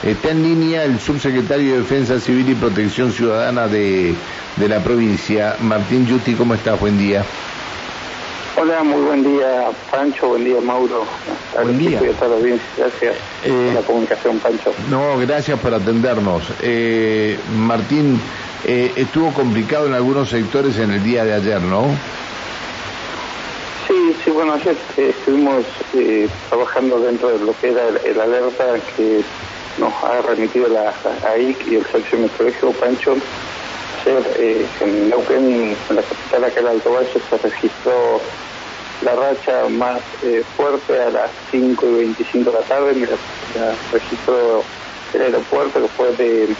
Está en línea el subsecretario de Defensa Civil y Protección Ciudadana de la provincia, Martín Yusti. ¿Cómo estás? Buen día. Hola, muy buen día, Pancho. Buen día, Mauro. Buen día. Todo bien, gracias por la comunicación, Pancho. No, gracias por atendernos. Martín, estuvo complicado en algunos sectores en el día de ayer, ¿no? Sí, bueno, ayer estuvimos trabajando dentro de lo que era el alerta que nos ha remitido la AIC y el Servicio Meteorológico, Pancho. Ayer en Neuquén, en la capital, acá en Alto Valle, se registró la racha más fuerte a las 5:25 de la tarde. La registró el aeropuerto, que fue de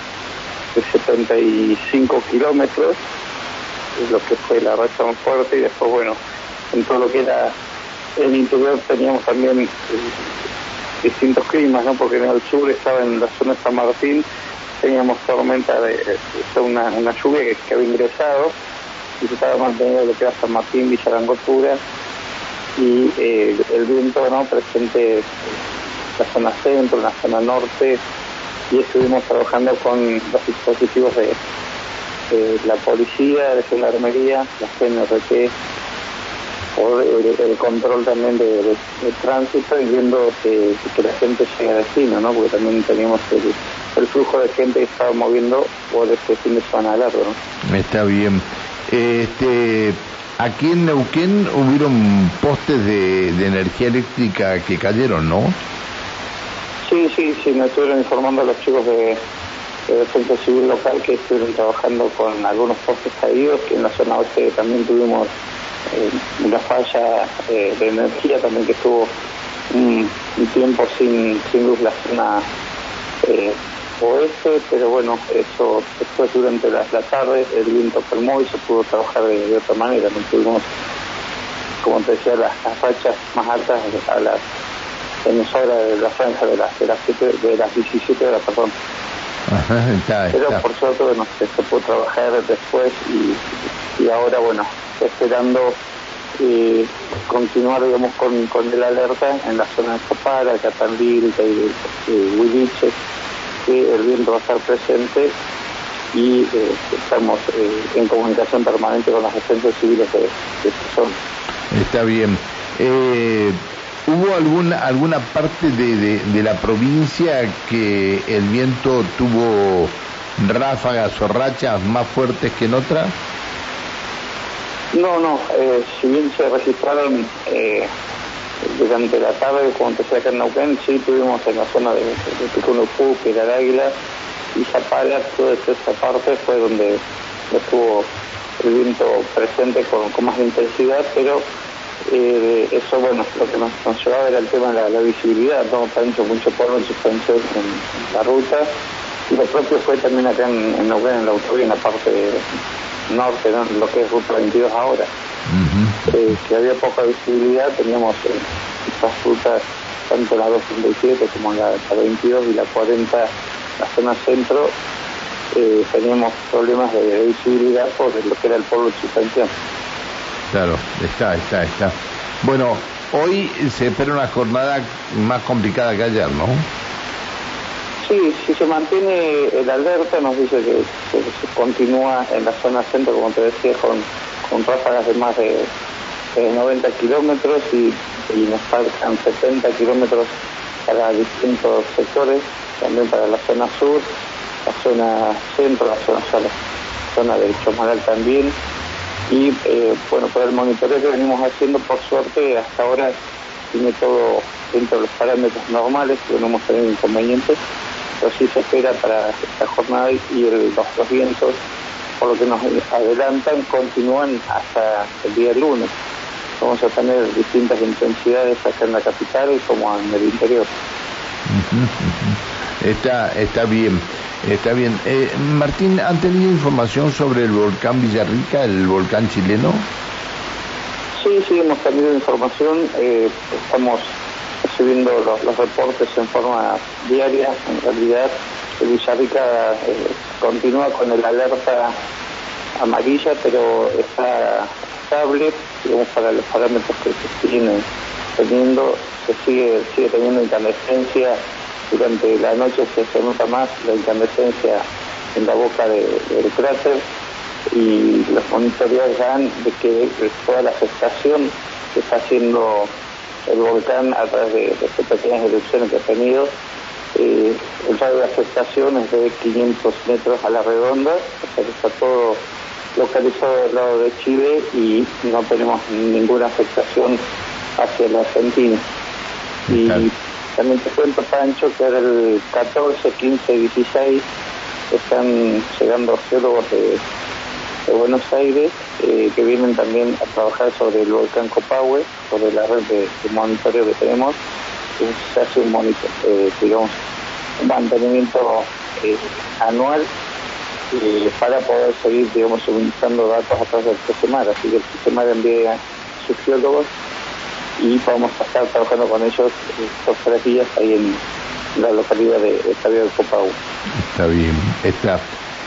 75 kilómetros, lo que fue la racha más fuerte. Y después, bueno, en todo lo que era el interior teníamos también distintos climas, ¿no? Porque en el sur estaba en la zona de San Martín, teníamos tormenta una lluvia que había ingresado y se estaba manteniendo lo que era San Martín, Villa Langostura, y el viento, ¿no?, presente en la zona centro, en la zona norte, y estuvimos trabajando con los dispositivos de la policía, de gendarmería, la CNRT, por el control también de tránsito, y viendo que la gente llegue a destino, ¿no? Porque también teníamos el flujo de gente que estaba moviendo por este fin de semana largo, ¿no? Está bien. Aquí en Neuquén hubieron postes de energía eléctrica que cayeron, ¿no? Sí, me estuvieron informando a los chicos de Defensa Civil local que estuvieron trabajando con algunos postes caídos, que en la zona oeste también tuvimos una falla de energía también, que estuvo un tiempo sin luz la zona oeste, pero bueno, eso después durante la tarde el viento calmó y se pudo trabajar de otra manera. No tuvimos, como te decía, las rachas más altas a las emisoras de la franja de las 17 horas, perdón. Ajá, pero por suerte, bueno, se pudo trabajar después, y ahora, bueno, esperando continuar, digamos, con el alerta en la zona de Chapala, Catandil, Huiliche, que el viento va a estar presente, y estamos en comunicación permanente con las defensas civiles de esta zona. Está bien. ¿Hubo alguna parte de la provincia que el viento tuvo ráfagas o rachas más fuertes que en otra? No, si bien se registraron durante la tarde, como te decía, acá en Neuquén, sí tuvimos en la zona de Picunupú, Águila y Zapala, toda esa parte fue donde estuvo el viento presente con más intensidad, pero eso, bueno, lo que nos llevaba era el tema de la visibilidad, ¿no? También mucho polvo en suspensión en la ruta, y lo propio fue también acá en Neuquén, en la autovía, en la parte norte, ¿no?, lo que es Ruta 22 ahora. Uh-huh. Que había poca visibilidad. Teníamos estas rutas, tanto la 237 como la 22 y la 40, la zona centro, teníamos problemas de visibilidad por lo que era el polvo en suspensión. Claro, está. Bueno, hoy se espera una jornada más complicada que ayer, ¿no? Sí, si se mantiene el alerta, nos dice que se continúa en la zona centro, como te decía, con ráfagas de más de 90 kilómetros, y nos faltan 70 kilómetros para distintos sectores, también para la zona sur, la zona centro, la zona de Chomaral también. Y bueno, por el monitoreo que venimos haciendo, por suerte, hasta ahora tiene todo dentro de los parámetros normales, que no hemos tenido inconvenientes, pero sí se espera para esta jornada, y los vientos, por lo que nos adelantan, continúan hasta el día lunes. Vamos a tener distintas intensidades acá en la capital como en el interior. Está bien. Martín, ¿han tenido información sobre el volcán Villarrica, el volcán chileno? Sí, hemos tenido información. Estamos recibiendo los reportes en forma diaria. En realidad, el Villarrica continúa con el alerta amarilla, pero está estable, digamos, para los parámetros que se siguen teniendo. Se sigue teniendo incandescencia durante la noche se nota más la incandescencia en la boca del cráter, y los monitoreos dan de que toda la afectación que está haciendo el volcán a través de estas pequeñas erupciones que ha tenido, el radio de afectación es de 500 metros a la redonda, o sea que está todo localizado del lado de Chile y no tenemos ninguna afectación hacia la Argentina. Y también te cuento, Pancho, que era el 14, 15, 16 están llegando geólogos de Buenos Aires que vienen también a trabajar sobre el volcán Copahue, sobre la red de monitoreo que tenemos. Se hace un mantenimiento anual para poder seguir, suministrando datos a través del CEMAR. Así que el CEMAR envía a sus geólogos y vamos a estar trabajando con ellos por 3 días ahí en la localidad de Estadio del Copahue. Está bien, está.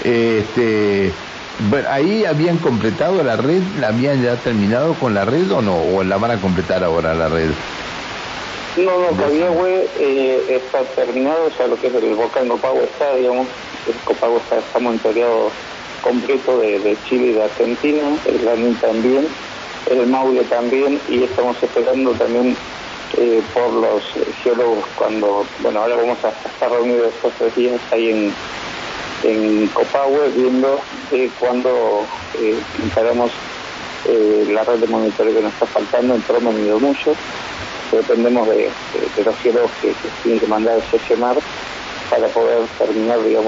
Bueno, ¿ahí habían completado la red? ¿La habían ya terminado con la red o no? ¿O la van a completar ahora la red? No, Cabiahue está terminado, o sea, lo que es el volcán Copahue está, el Copahue está monitoreado completo de Chile y de Argentina, el Lanín también, el Maule también, y estamos esperando también por los geólogos cuando, ahora vamos a estar reunidos estos 3 días ahí en Copahue, viendo cuándo instalamos la red de monitoreo que nos está faltando en Tromen y Domullo. Dependemos de los geólogos que tienen que mandar el CEMAR para poder terminar, de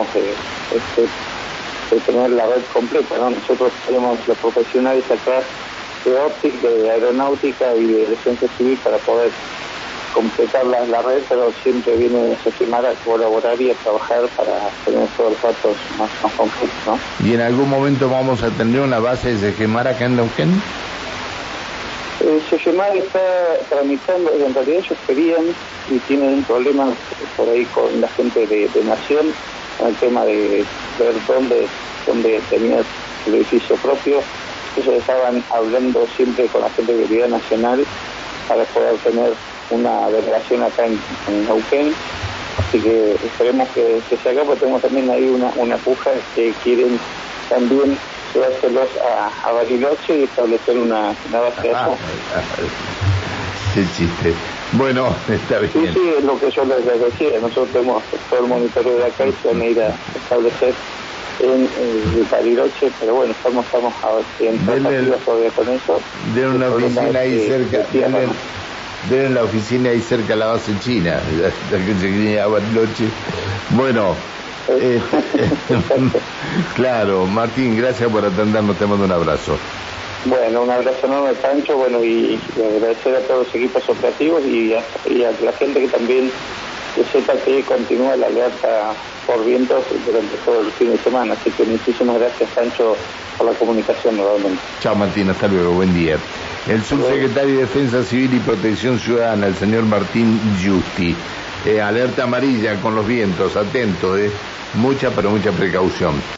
tener la red completa, ¿no? Nosotros tenemos los profesionales acá de óptica, de aeronáutica y de defensa civil para poder completar la red, pero siempre viene el CEMAR a colaborar y a trabajar para tener todos los datos más completos, ¿no? ¿Y en algún momento vamos a tener una base de CEMAR acá en Neuquén? CEMAR está tramitando, en realidad ellos querían y tienen un problema por ahí con la gente de Nación, con el tema de ver dónde tenía el edificio propio. Ellos estaban hablando siempre con la gente de Seguridad Nacional para poder tener una delegación acá en Neuquén, así que esperemos que se haga, porque tenemos también ahí una puja que quieren también llevárselos a Bariloche y establecer una base allá. Qué chiste. Bueno, está bien. Sí, es lo que yo les decía, nosotros tenemos todo el monitoreo de acá y se van a ir a establecer en Bariloche, pero bueno, estamos a ver si en tratativas todavía con eso. De una oficina ahí cerca, de la oficina ahí cerca de la base china, la que se quería a Bariloche. Bueno, claro, Martín, gracias por atendernos, te mando un abrazo. Bueno, un abrazo enorme, Pancho, y agradecer a todos los equipos operativos y a la gente que también sepa que continúa la alerta por vientos durante todo el fin de semana. Así que muchísimas gracias, Pancho, por la comunicación nuevamente. Chao, Martín, hasta luego, buen día. El subsecretario de Defensa Civil y Protección Ciudadana, el señor Martín Giusti. Alerta amarilla con los vientos, atento, mucha pero mucha precaución.